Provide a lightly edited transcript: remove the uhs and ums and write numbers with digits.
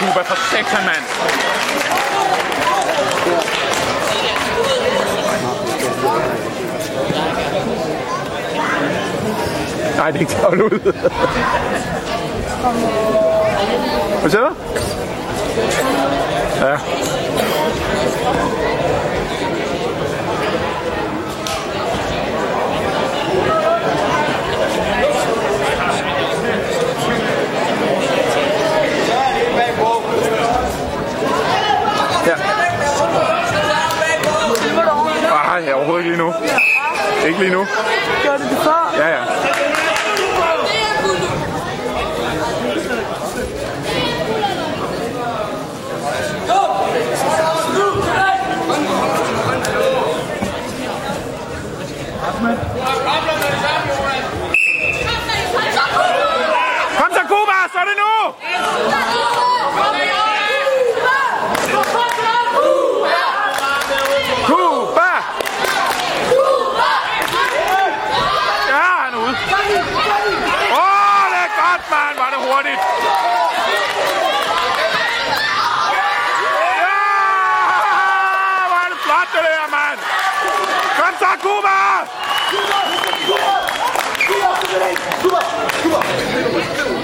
Cuba for satan, mand! Nej, det er ikke tavlet ud. Hvad siger du? Ja. Ja. Nej, overhovedet ikke lige nu. Ikke lige nu. Gjorde du det før? Ja, ja. Kom så, Cuba! Så er det nu! Cuba! Ja, han er ude. Det er godt, mand! Var det hurtigt? Ja! Hvor er det flot, det der, mand! Kom så, Cuba! Cuba!